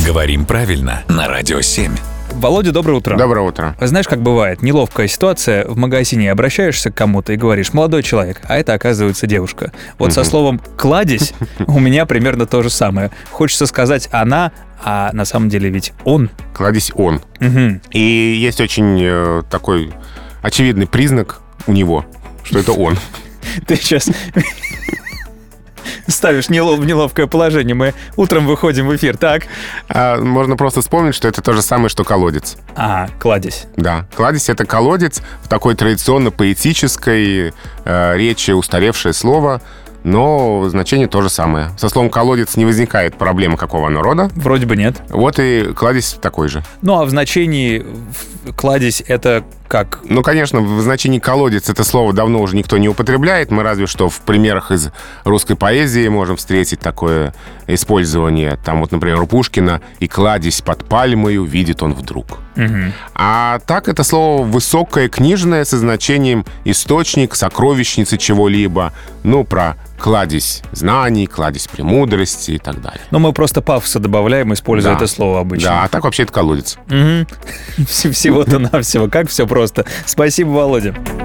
Говорим правильно на Радио 7. Володя, доброе утро. Доброе утро. Знаешь, как бывает, неловкая ситуация в магазине, обращаешься к кому-то и говоришь: молодой человек, а это, оказывается, девушка. Вот со словом «кладезь» у меня примерно то же самое. Хочется сказать «она», а на самом деле ведь «он». Кладезь он. Мгм. И есть очень такой очевидный признак у него, что это он. Ты сейчас ставишь в неловкое положение. Мы утром выходим в эфир, так? Можно просто вспомнить, что это то же самое, что колодец. Кладезь. Да, кладезь — это колодец в такой традиционно-поэтической речи, устаревшее слово, но значение то же самое. Со словом «колодец» не возникает проблемы какого оно рода. Вроде бы нет. Вот и кладезь такой же. Ну, а в значении кладезь это как? Ну, конечно, в значении «колодец» это слово давно уже никто не употребляет. Мы разве что в примерах из русской поэзии можем встретить такое использование. Там вот, например, у Пушкина: «И кладезь под пальмою видит он вдруг». Мгм. А так это слово высокое, книжное, со значением источник, сокровищница чего-либо. Ну, про кладезь знаний, кладезь премудрости и так далее. Ну, мы просто пафоса добавляем, используя Да. это слово обычно. Да, а так вообще это колодец. Мгм. Всего-то навсего. Как все просто. Спасибо, Володя.